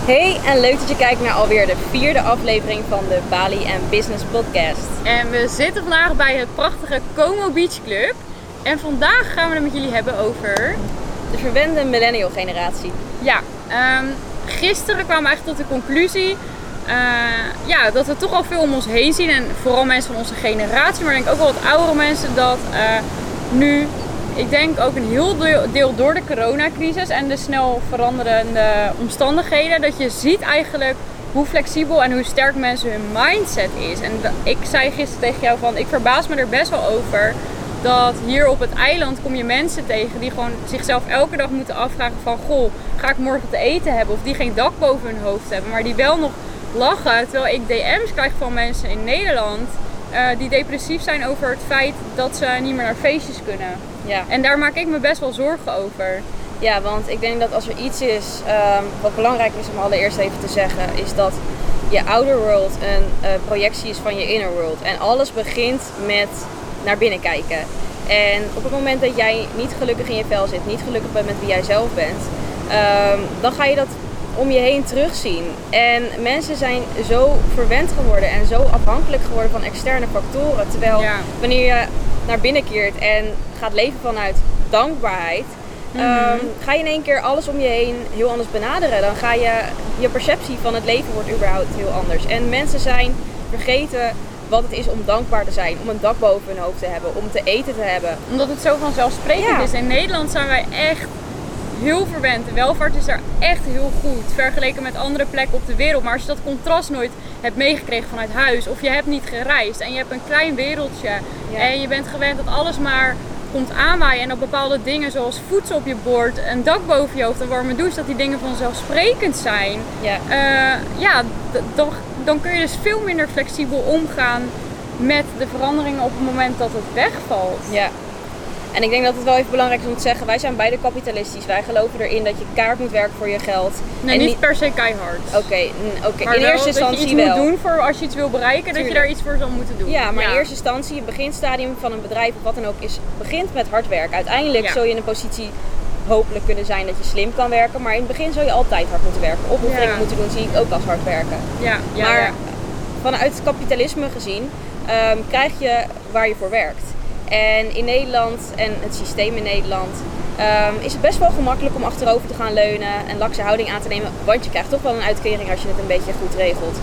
Hey, en leuk dat je kijkt naar alweer de 4e aflevering van de Bali Business Podcast. En we zitten vandaag bij het prachtige Como Beach Club. En vandaag gaan we het met jullie hebben over... de verwende millennial generatie. Ja, gisteren kwamen we eigenlijk tot de conclusie dat we toch al veel om ons heen zien. En vooral mensen van onze generatie, maar ik denk ook wel wat oudere mensen, dat nu... Ik denk ook een heel deel door de coronacrisis en de snel veranderende omstandigheden, dat je ziet eigenlijk hoe flexibel en hoe sterk mensen hun mindset is. En ik zei gisteren tegen jou van, ik verbaas me er best wel over dat hier op het eiland kom je mensen tegen die gewoon zichzelf elke dag moeten afvragen van, goh, ga ik morgen te eten hebben? Of die geen dak boven hun hoofd hebben, maar die wel nog lachen. Terwijl ik DM's krijg van mensen in Nederland die depressief zijn over het feit dat ze niet meer naar feestjes kunnen. Ja. En daar maak ik me best wel zorgen over. Ja, want ik denk dat als er iets is wat belangrijk is om allereerst even te zeggen, is dat je outer world een projectie is van je inner world. En alles begint met naar binnen kijken. En op het moment dat jij niet gelukkig in je vel zit, niet gelukkig bent met wie jij zelf bent, dan ga je dat om je heen terugzien. En mensen zijn zo verwend geworden en zo afhankelijk geworden van externe factoren. Terwijl wanneer je naar binnen keert en gaat leven vanuit dankbaarheid, ga je in één keer alles om je heen heel anders benaderen. Dan ga je perceptie van het leven wordt überhaupt heel anders. En mensen zijn vergeten wat het is om dankbaar te zijn, om een dak boven hun hoofd te hebben, om te eten te hebben. Omdat het zo vanzelfsprekend is. In Nederland zijn wij echt heel verwend. De welvaart is daar echt heel goed, vergeleken met andere plekken op de wereld. Maar als je dat contrast nooit hebt meegekregen vanuit huis, of je hebt niet gereisd en je hebt een klein wereldje en je bent gewend dat alles maar komt aanwaaien en dat bepaalde dingen zoals voedsel op je bord, een dak boven je hoofd, een warme douche, dat die dingen vanzelfsprekend zijn. Dan kun je dus veel minder flexibel omgaan met de veranderingen op het moment dat het wegvalt. Ja. En ik denk dat het wel even belangrijk is om te zeggen, wij zijn beide kapitalistisch. Wij geloven erin dat je keihard moet werken voor je geld. Nee, en niet per se keihard. Oké. Maar in eerste instantie dat je iets moet doen voor als je iets wil bereiken, Tuurlijk. Dat je daar iets voor zal moeten doen. Ja, maar in eerste instantie, het beginstadium van een bedrijf of wat dan ook, begint met hard werken. Uiteindelijk zul je in een positie hopelijk kunnen zijn dat je slim kan werken. Maar in het begin zul je altijd hard moeten werken. Opofferingen moeten doen, zie ik ook als hard werken. Maar vanuit het kapitalisme gezien, krijg je waar je voor werkt. En in Nederland en het systeem in Nederland is het best wel gemakkelijk om achterover te gaan leunen en lakse houding aan te nemen. Want je krijgt toch wel een uitkering als je het een beetje goed regelt.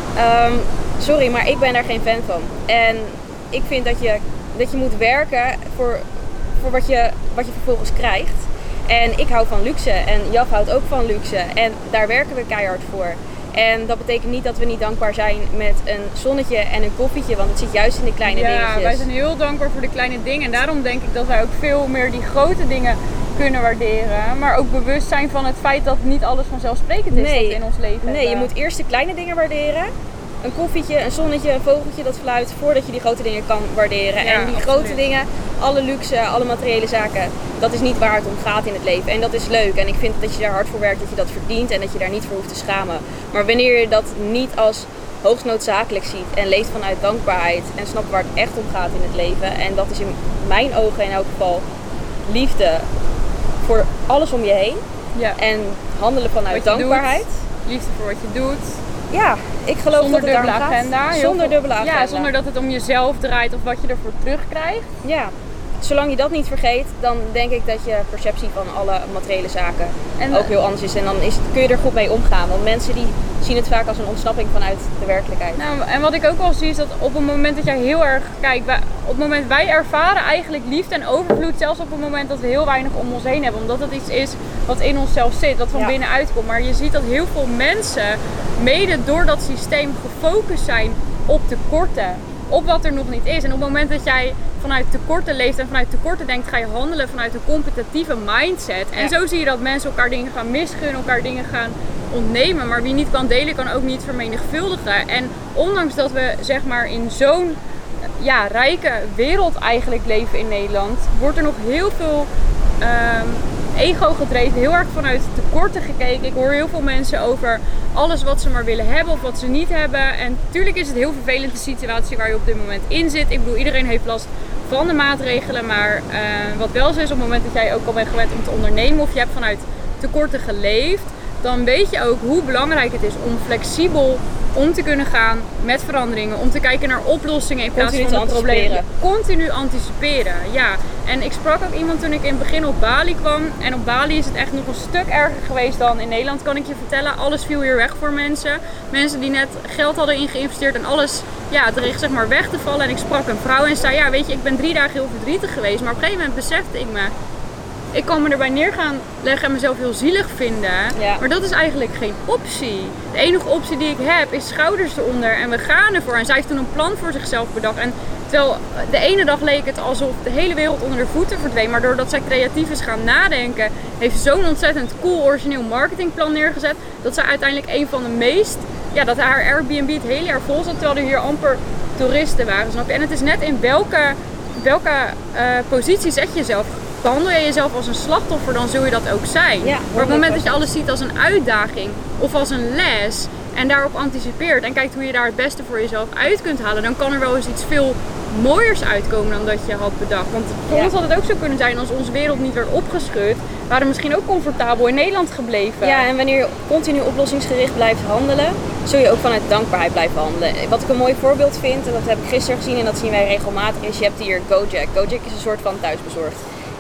Sorry, maar ik ben daar geen fan van. En ik vind dat je moet werken voor wat je vervolgens krijgt. En ik hou van luxe en Jaf houdt ook van luxe. En daar werken we keihard voor. En dat betekent niet dat we niet dankbaar zijn met een zonnetje en een koffietje, want het zit juist in de kleine dingetjes. Ja, wij zijn heel dankbaar voor de kleine dingen en daarom denk ik dat wij ook veel meer die grote dingen kunnen waarderen. Maar ook bewust zijn van het feit dat niet alles vanzelfsprekend is dat we in ons leven hebben. Nee, je moet eerst de kleine dingen waarderen. Een koffietje, een zonnetje, een vogeltje dat fluit, voordat je die grote dingen kan waarderen. Ja, en die grote dingen, alle luxe, alle materiële zaken, dat is niet waar het om gaat in het leven. En dat is leuk. En ik vind dat je daar hard voor werkt, dat je dat verdient en dat je daar niet voor hoeft te schamen. Maar wanneer je dat niet als hoogst noodzakelijk ziet en leeft vanuit dankbaarheid en snapt waar het echt om gaat in het leven. En dat is in mijn ogen in elk geval liefde voor alles om je heen. Ja. En handelen vanuit dankbaarheid. Liefde voor wat je doet. Ja, ik geloof zonder dat het dubbele agenda. Zonder dubbele agenda. Ja, zonder dat het om jezelf draait of wat je ervoor terugkrijgt. Ja, zolang je dat niet vergeet, dan denk ik dat je perceptie van alle materiële zaken ook heel anders is. En dan kun je er goed mee omgaan. Want mensen die zien het vaak als een ontsnapping vanuit de werkelijkheid. Nou, en wat ik ook wel zie is dat op het moment dat jij heel erg... Kijk, op het moment wij ervaren eigenlijk liefde en overvloed, zelfs op het moment dat we heel weinig om ons heen hebben. Omdat het iets is wat in onszelf zit, wat van binnenuit komt. Maar je ziet dat heel veel mensen, mede door dat systeem, gefocust zijn op tekorten. Op wat er nog niet is. En op het moment dat jij vanuit tekorten leeft en vanuit tekorten denkt, ga je handelen vanuit een competitieve mindset. En zo zie je dat mensen elkaar dingen gaan misgunnen, elkaar dingen gaan ontnemen. Maar wie niet kan delen, kan ook niet vermenigvuldigen. En ondanks dat we zeg maar in zo'n rijke wereld eigenlijk leven in Nederland, wordt er nog heel veel ego gedreven, heel erg vanuit tekorten gekeken. Ik hoor heel veel mensen over alles wat ze maar willen hebben of wat ze niet hebben. En natuurlijk is het heel vervelend de situatie waar je op dit moment in zit. Ik bedoel, iedereen heeft last van de maatregelen. Maar wat wel zo is, op het moment dat jij ook al bent gewend om te ondernemen of je hebt vanuit tekorten geleefd, dan weet je ook hoe belangrijk het is om flexibel om te kunnen gaan met veranderingen. Om te kijken naar oplossingen in plaats van de problemen. Continu anticiperen, ja. En ik sprak ook iemand toen ik in het begin op Bali kwam. En op Bali is het echt nog een stuk erger geweest dan in Nederland, kan ik je vertellen. Alles viel hier weg voor mensen. Mensen die net geld hadden ingeïnvesteerd en alles, ja, dreig zeg maar weg te vallen. En ik sprak een vrouw en zei, ja weet je, ik ben 3 dagen heel verdrietig geweest. Maar op een gegeven moment besefte ik me, ik kan me erbij neer gaan leggen en mezelf heel zielig vinden. Ja. Maar dat is eigenlijk geen optie. De enige optie die ik heb is schouders eronder en we gaan ervoor. En zij heeft toen een plan voor zichzelf bedacht. En terwijl de ene dag leek het alsof de hele wereld onder de voeten verdween. Maar doordat zij creatief is gaan nadenken, heeft ze zo'n ontzettend cool origineel marketingplan neergezet. Dat zij uiteindelijk een van de meest, ja, dat haar Airbnb het hele jaar vol zat. Terwijl er hier amper toeristen waren, snap je? En het is net in welke positie zet je jezelf. Behandel je jezelf als een slachtoffer, dan zul je dat ook zijn. Ja, maar op het moment dat je alles ziet als een uitdaging of als een les en daarop anticipeert en kijkt hoe je daar het beste voor jezelf uit kunt halen, dan kan er wel eens iets veel mooiers uitkomen dan dat je had bedacht. Want voor ons had het ook zo kunnen zijn als onze wereld niet werd opgeschud, waren we misschien ook comfortabel in Nederland gebleven. Ja, en wanneer je continu oplossingsgericht blijft handelen, zul je ook vanuit dankbaarheid blijven handelen. Wat ik een mooi voorbeeld vind, en dat heb ik gisteren gezien en dat zien wij regelmatig, is je hebt hier Gojek. Gojek is een soort van thuisbezorgd.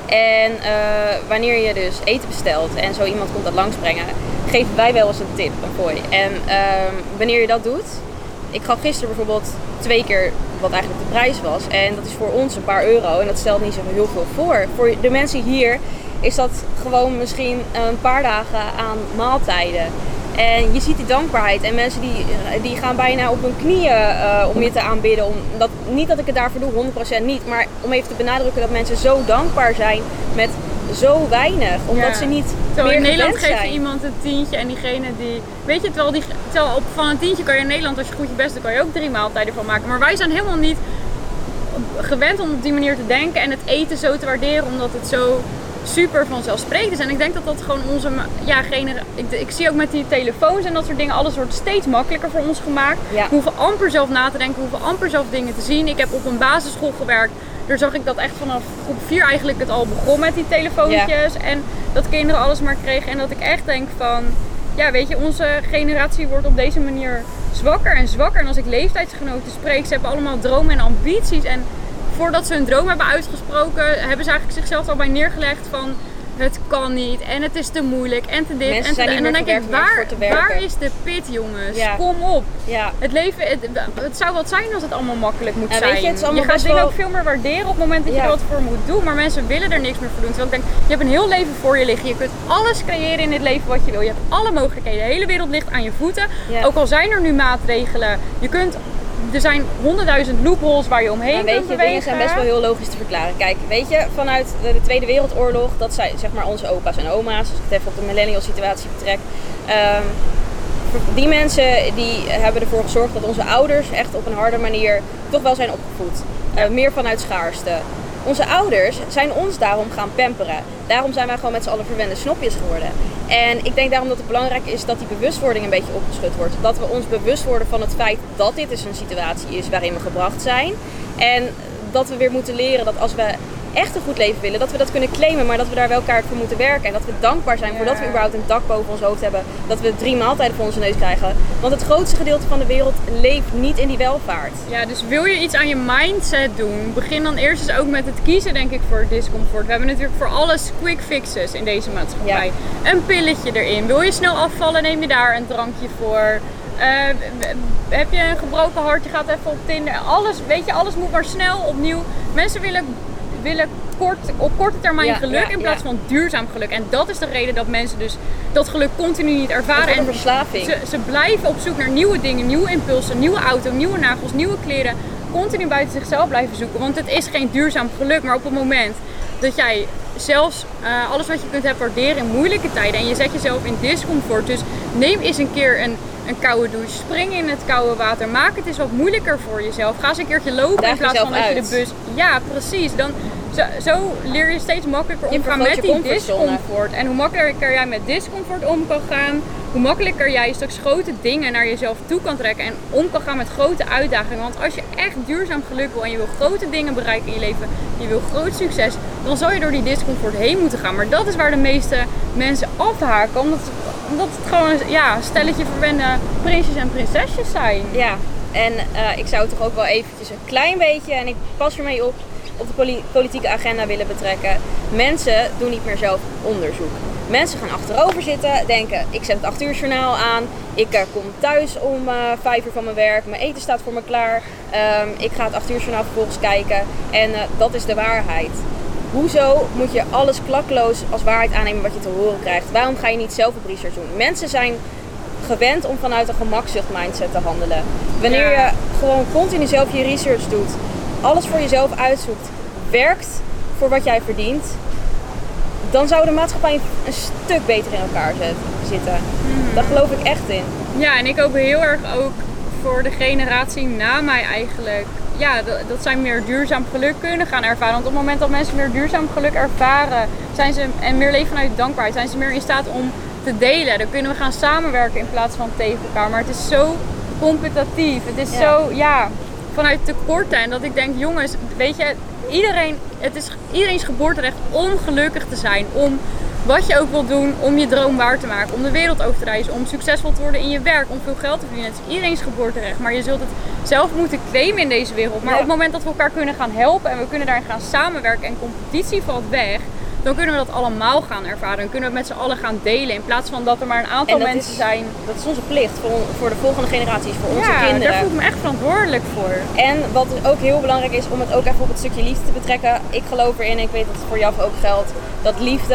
En wanneer je dus eten bestelt en zo iemand komt dat langsbrengen, geven wij wel eens een tip, een fooi. En wanneer je dat doet, ik gaf gisteren bijvoorbeeld 2 keer wat eigenlijk de prijs was. En dat is voor ons een paar euro en dat stelt niet zo heel veel voor. Voor de mensen hier is dat gewoon misschien een paar dagen aan maaltijden. En je ziet die dankbaarheid en mensen die gaan bijna op hun knieën om je te aanbidden. Niet dat ik het daarvoor doe, 100% niet. Maar om even te benadrukken dat mensen zo dankbaar zijn met zo weinig. Omdat ze niet meer in Nederland zijn. geef je iemand een tientje en diegene die... Weet je, terwijl van een tientje kan je in Nederland, als je goed je best doet, kan je ook 3 maaltijden van maken. Maar wij zijn helemaal niet gewend om op die manier te denken en het eten zo te waarderen, omdat het zo super vanzelfsprekend is. En ik denk dat dat gewoon onze ik zie ook met die telefoons en dat soort dingen, alles wordt steeds makkelijker voor ons gemaakt. Ja. We hoeven amper zelf na te denken, we hoeven amper zelf dingen te zien. Ik heb op een basisschool gewerkt, daar zag ik dat echt vanaf groep 4 eigenlijk het al begon met die telefoontjes. Ja. En dat kinderen alles maar kregen en dat ik echt denk van, ja weet je, onze generatie wordt op deze manier zwakker en zwakker. En als ik leeftijdsgenoten spreek, ze hebben allemaal dromen en ambities en voordat ze hun droom hebben uitgesproken, hebben ze eigenlijk zichzelf al bij neergelegd van het kan niet en het is te moeilijk en te dit mensen en te dat. En dan denk ik, waar is de pit, jongens? Ja. Kom op. Ja. Het leven, het zou wat zijn als het allemaal makkelijk moet zijn. Je gaat dingen ook veel meer waarderen op het moment dat je er wat voor moet doen, maar mensen willen er niks meer voor doen. Terwijl ik denk, je hebt een heel leven voor je liggen. Je kunt alles creëren in dit leven wat je wil. Je hebt alle mogelijkheden. De hele wereld ligt aan je voeten. Ja. Ook al zijn er nu maatregelen. Er zijn 100.000 loopholes waar je omheen kunt bewegen. Dingen zijn best wel heel logisch te verklaren. Kijk, weet je, vanuit de Tweede Wereldoorlog, dat zijn zeg maar onze opa's en oma's, als ik het even op de millennial situatie betrek. Die mensen die hebben ervoor gezorgd dat onze ouders echt op een harde manier toch wel zijn opgevoed. Meer vanuit schaarste. Onze ouders zijn ons daarom gaan pamperen. Daarom zijn wij gewoon met z'n allen verwende snopjes geworden. En ik denk daarom dat het belangrijk is dat die bewustwording een beetje opgeschud wordt. Dat we ons bewust worden van het feit dat dit dus een situatie is waarin we gebracht zijn. En dat we weer moeten leren dat als we echt een goed leven willen, dat we dat kunnen claimen, maar dat we daar wel elkaar voor moeten werken. En dat we dankbaar zijn voordat we überhaupt een dak boven ons hoofd hebben. Dat we 3 maaltijden voor onze neus krijgen. Want het grootste gedeelte van de wereld leeft niet in die welvaart. Ja, dus wil je iets aan je mindset doen, begin dan eerst eens ook met het kiezen, denk ik, voor discomfort. We hebben natuurlijk voor alles quick fixes in deze maatschappij. Ja. Een pilletje erin. Wil je snel afvallen, neem je daar een drankje voor. Heb je een gebroken hart, je gaat even op Tinder. Alles moet maar snel opnieuw. Mensen willen op korte termijn geluk in plaats van duurzaam geluk. En dat is de reden dat mensen dus dat geluk continu niet ervaren. En verslaving. Ze blijven op zoek naar nieuwe dingen, nieuwe impulsen, nieuwe auto, nieuwe nagels, nieuwe kleren. Continu buiten zichzelf blijven zoeken. Want het is geen duurzaam geluk. Maar op het moment dat jij zelfs alles wat je kunt hebt waarderen in moeilijke tijden en je zet jezelf in discomfort. Dus neem eens een keer een koude douche, spring in het koude water, maak het eens wat moeilijker voor jezelf. Ga eens een keertje lopen in plaats van dat je de bus... Ja, precies. Zo leer je steeds makkelijker omgaan met die discomfort. En hoe makkelijker jij met discomfort om kan gaan, hoe makkelijker jij straks grote dingen naar jezelf toe kan trekken en om kan gaan met grote uitdagingen. Want als je echt duurzaam geluk wil en je wil grote dingen bereiken in je leven, je wil groot succes, dan zal je door die discomfort heen moeten gaan. Maar dat is waar de meeste mensen afhaken, omdat Omdat het gewoon een stelletje verwende prinsjes en prinsesjes zijn. Ja, en ik zou toch ook wel eventjes een klein beetje, en ik pas ermee op de politieke agenda willen betrekken. Mensen doen niet meer zelf onderzoek. Mensen gaan achterover zitten, denken ik zet het 8 uur journaal aan. Ik kom thuis om 5 uur van mijn werk. Mijn eten staat voor me klaar. Ik ga het 8 uur journaal vervolgens kijken. En dat is de waarheid. Hoezo moet je alles klakkeloos als waarheid aannemen wat je te horen krijgt? Waarom ga je niet zelf op research doen? Mensen zijn gewend om vanuit een gemakzucht mindset te handelen. Wanneer je gewoon continu zelf je research doet, alles voor jezelf uitzoekt, werkt voor wat jij verdient, dan zou de maatschappij een stuk beter in elkaar zitten. Daar geloof ik echt in. Ja, en ik hoop heel erg ook voor de generatie na mij eigenlijk. Ja, dat zij meer duurzaam geluk kunnen gaan ervaren. Want op het moment dat mensen meer duurzaam geluk ervaren en meer leven vanuit dankbaarheid, zijn ze meer in staat om te delen. Dan kunnen we gaan samenwerken in plaats van tegen elkaar. Maar het is zo competitief. Het is zo, vanuit tekorten. En dat ik denk, jongens, weet je, het is iedereen's geboorterecht om gelukkig te zijn. Om wat je ook wilt doen, om je droom waar te maken. Om de wereld over te reizen. Om succesvol te worden in je werk. Om veel geld te verdienen. Het is iedereen's geboorterecht. Maar je zult het zelf moeten claimen in deze wereld. Maar op het moment dat we elkaar kunnen gaan helpen en we kunnen daarin gaan samenwerken en competitie valt weg, dan kunnen we dat allemaal gaan ervaren. Dan kunnen we het met z'n allen gaan delen. In plaats van dat er maar een aantal mensen zijn. Dat is onze plicht voor de volgende generaties, voor onze kinderen. Daar voel ik me echt verantwoordelijk voor. En wat ook heel belangrijk is, om het ook even op het stukje liefde te betrekken. Ik geloof erin, en ik weet dat het voor Jaf ook geldt, dat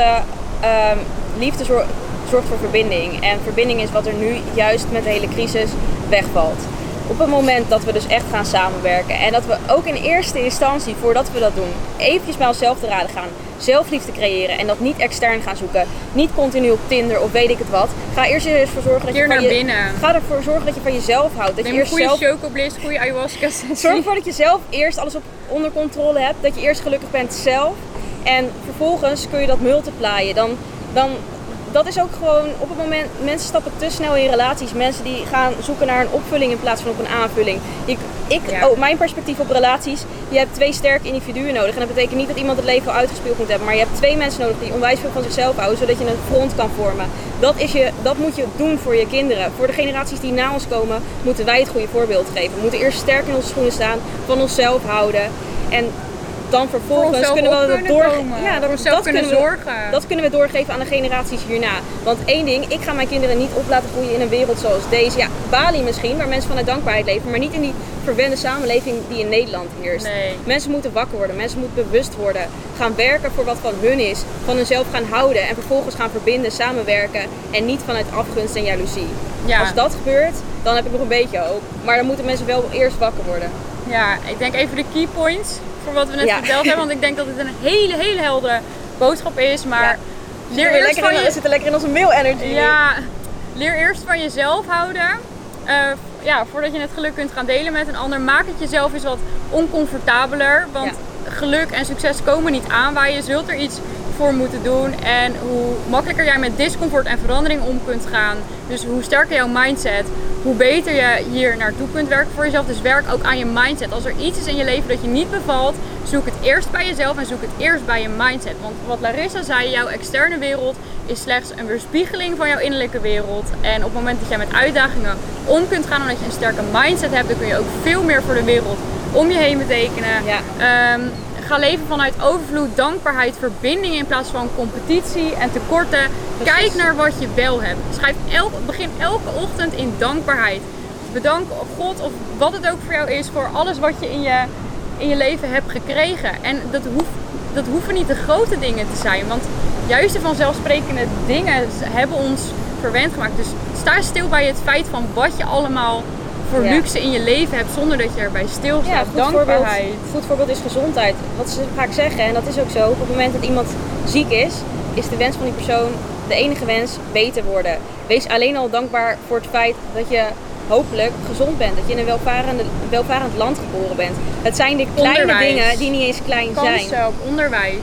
liefde zorgt voor verbinding. En verbinding is wat er nu juist met de hele crisis wegvalt. Op het moment dat we dus echt gaan samenwerken en dat we ook in eerste instantie, voordat we dat doen, eventjes bij onszelf te raden gaan, zelfliefde creëren en dat niet extern gaan zoeken, niet continu op Tinder of weet ik het wat. Ga eerst eens ervoor zorgen dat ga ervoor zorgen dat je van jezelf houdt. Dat je eerst goede chocobliss, goede ayahuasca sessie. Zorg ervoor dat je zelf eerst alles onder controle hebt, dat je eerst gelukkig bent zelf en vervolgens kun je dat multiplyen. Dan dat is ook gewoon op het moment, mensen stappen te snel in relaties. Mensen die gaan zoeken naar een opvulling in plaats van op een aanvulling. Mijn perspectief op relaties, je hebt 2 sterke individuen nodig. En dat betekent niet dat iemand het leven al uitgespeeld moet hebben. Maar je hebt 2 mensen nodig die onwijs veel van zichzelf houden, zodat je een front kan vormen. Dat moet je doen voor je kinderen. Voor de generaties die na ons komen, moeten wij het goede voorbeeld geven. We moeten eerst sterk in onze schoenen staan, van onszelf houden. En dan vervolgens kunnen we dat dat kunnen we doorgeven aan de generaties hierna. Want één ding, ik ga mijn kinderen niet op laten groeien in een wereld zoals deze. Ja, Bali misschien, waar mensen vanuit dankbaarheid leven, maar niet in die verwende samenleving die in Nederland heerst. Nee. Mensen moeten wakker worden, mensen moeten bewust worden, gaan werken voor wat van hun is, van hunzelf gaan houden en vervolgens gaan verbinden, samenwerken en niet vanuit afgunst en jaloezie. Ja. Als dat gebeurt, dan heb ik nog een beetje hoop. Maar dan moeten mensen wel eerst wakker worden. Ja, ik denk even de key points voor wat we net verteld hebben. Want ik denk dat het een hele heldere boodschap is. Maar we zitten lekker in onze mail energy. Ja, leer eerst van jezelf houden. Voordat je het geluk kunt gaan delen met een ander. Maak het jezelf eens wat oncomfortabeler. Want geluk en succes komen niet aan. Waar je zult er iets voor moeten doen. En hoe makkelijker jij met discomfort en verandering om kunt gaan. Dus hoe sterker jouw mindset, hoe beter je hier naartoe kunt werken voor jezelf. Dus werk ook aan je mindset. Als er iets is in je leven dat je niet bevalt, zoek het eerst bij jezelf en zoek het eerst bij je mindset. Want wat Larissa zei, jouw externe wereld is slechts een weerspiegeling van jouw innerlijke wereld. En op het moment dat jij met uitdagingen om kunt gaan, omdat je een sterke mindset hebt, dan kun je ook veel meer voor de wereld om je heen betekenen. Ja. Ga leven vanuit overvloed, dankbaarheid, verbinding in plaats van competitie en tekorten. Precies. Kijk naar wat je wel hebt. Begin elke ochtend in dankbaarheid. Bedank God of wat het ook voor jou is voor alles wat je in je leven hebt gekregen. En dat hoeven niet de grote dingen te zijn. Want juist de vanzelfsprekende dingen hebben ons verwend gemaakt. Dus sta stil bij het feit van wat je allemaal voor luxe in je leven hebt zonder dat je erbij stilstaat. Ja, dankbaarheid. Goed voorbeeld is gezondheid. Wat ze vaak zeggen, en dat is ook zo, op het moment dat iemand ziek is de wens van die persoon de enige wens beter worden. Wees alleen al dankbaar voor het feit dat je hopelijk gezond bent. Dat je in een welvarend land geboren bent. Het zijn de kleine dingen die niet eens klein zijn. Kansen op onderwijs.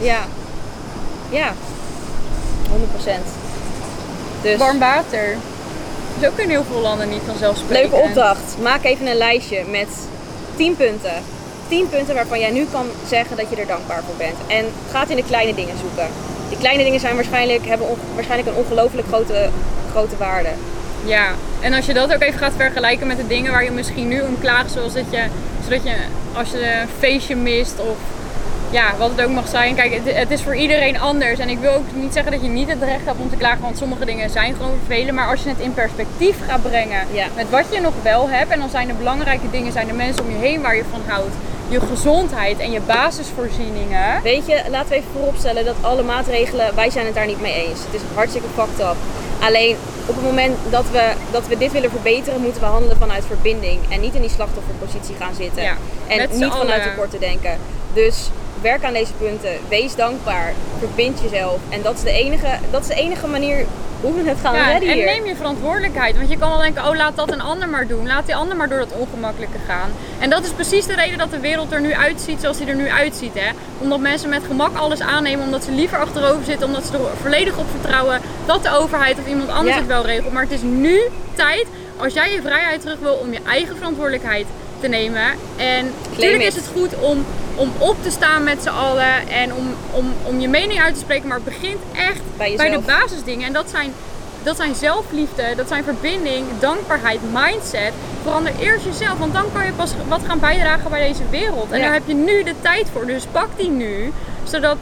Ja. 100%. Dus. Warm water. Dat is ook in heel veel landen niet vanzelfsprekend. Leuke opdracht. Maak even een lijstje met 10 punten. 10 punten waarvan jij nu kan zeggen dat je er dankbaar voor bent. En ga het in de kleine dingen zoeken. die kleine dingen hebben waarschijnlijk een ongelooflijk grote waarde. Ja, en als je dat ook even gaat vergelijken met de dingen waar je misschien nu om klaagt, zodat je als je een feestje mist of ja, wat het ook mag zijn. Kijk, het is voor iedereen anders. En ik wil ook niet zeggen dat je niet het recht hebt om te klagen, want sommige dingen zijn gewoon vervelend. Maar als je het in perspectief gaat brengen met wat je nog wel hebt, en dan zijn de belangrijke dingen, zijn de mensen om je heen waar je van houdt, je gezondheid en je basisvoorzieningen. Weet je, laten we even vooropstellen dat alle maatregelen, wij zijn het daar niet mee eens. Het is hartstikke fucked up. Alleen op het moment dat we dit willen verbeteren, moeten we handelen vanuit verbinding. En niet in die slachtofferpositie gaan zitten. Ja, en niet vanuit tekorten denken. Dus werk aan deze punten. Wees dankbaar. Verbind jezelf. En dat is de enige manier hoe we het gaan redden hier. En neem je verantwoordelijkheid. Want je kan wel denken, oh laat dat een ander maar doen. Laat die ander maar door dat ongemakkelijke gaan. En dat is precies de reden dat de wereld er nu uitziet zoals die er nu uitziet. Hè? Omdat mensen met gemak alles aannemen. Omdat ze liever achterover zitten. Omdat ze er volledig op vertrouwen dat de overheid of iemand anders het wel regelt. Maar het is nu tijd, als jij je vrijheid terug wil, om je eigen verantwoordelijkheid te nemen. En natuurlijk is het goed om op te staan met z'n allen en om je mening uit te spreken, maar het begint echt bij de basisdingen. En dat zijn zelfliefde, dat zijn verbinding, dankbaarheid, mindset. Verander eerst jezelf, want dan kan je pas wat gaan bijdragen bij deze wereld. En daar heb je nu de tijd voor, dus pak die nu, zodat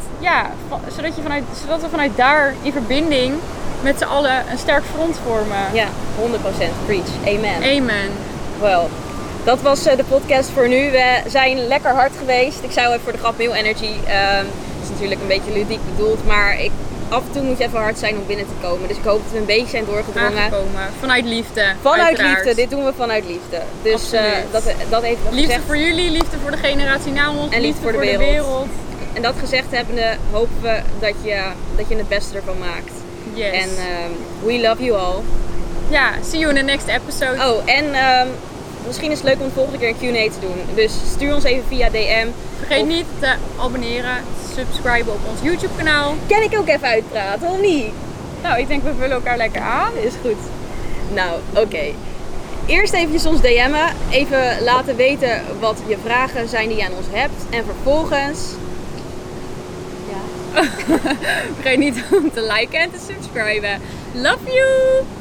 we vanuit daar in verbinding met z'n allen een sterk front vormen. Ja, 100% preach. Amen. Amen. Well. Dat was de podcast voor nu. We zijn lekker hard geweest. Ik zou even voor de grap Mail Energy. Het is natuurlijk een beetje ludiek bedoeld. Maar af en toe moet je even hard zijn om binnen te komen. Dus ik hoop dat we een beetje zijn doorgedrongen. Aangekomen. Vanuit liefde. Vanuit liefde. Dit doen we vanuit liefde. Dus dat even nog liefde gezegd. voor jullie, liefde voor de generatie na ons. En liefde voor de wereld. En dat gezegd hebbende hopen we dat je het beste ervan maakt. Yes. En we love you all. Ja, see you in the next episode. Oh, en misschien is het leuk om de volgende keer een Q&A te doen. Dus stuur ons even via DM. Vergeet niet te abonneren, te subscriben op ons YouTube kanaal. Kan ik ook even uitpraten, of niet? Nou, ik denk we vullen elkaar lekker aan. Is goed. Nou, oké. Eerst eventjes ons DM'en. Even laten weten wat je vragen zijn die je aan ons hebt. En vervolgens... Vergeet niet om te liken en te subscriben. Love you!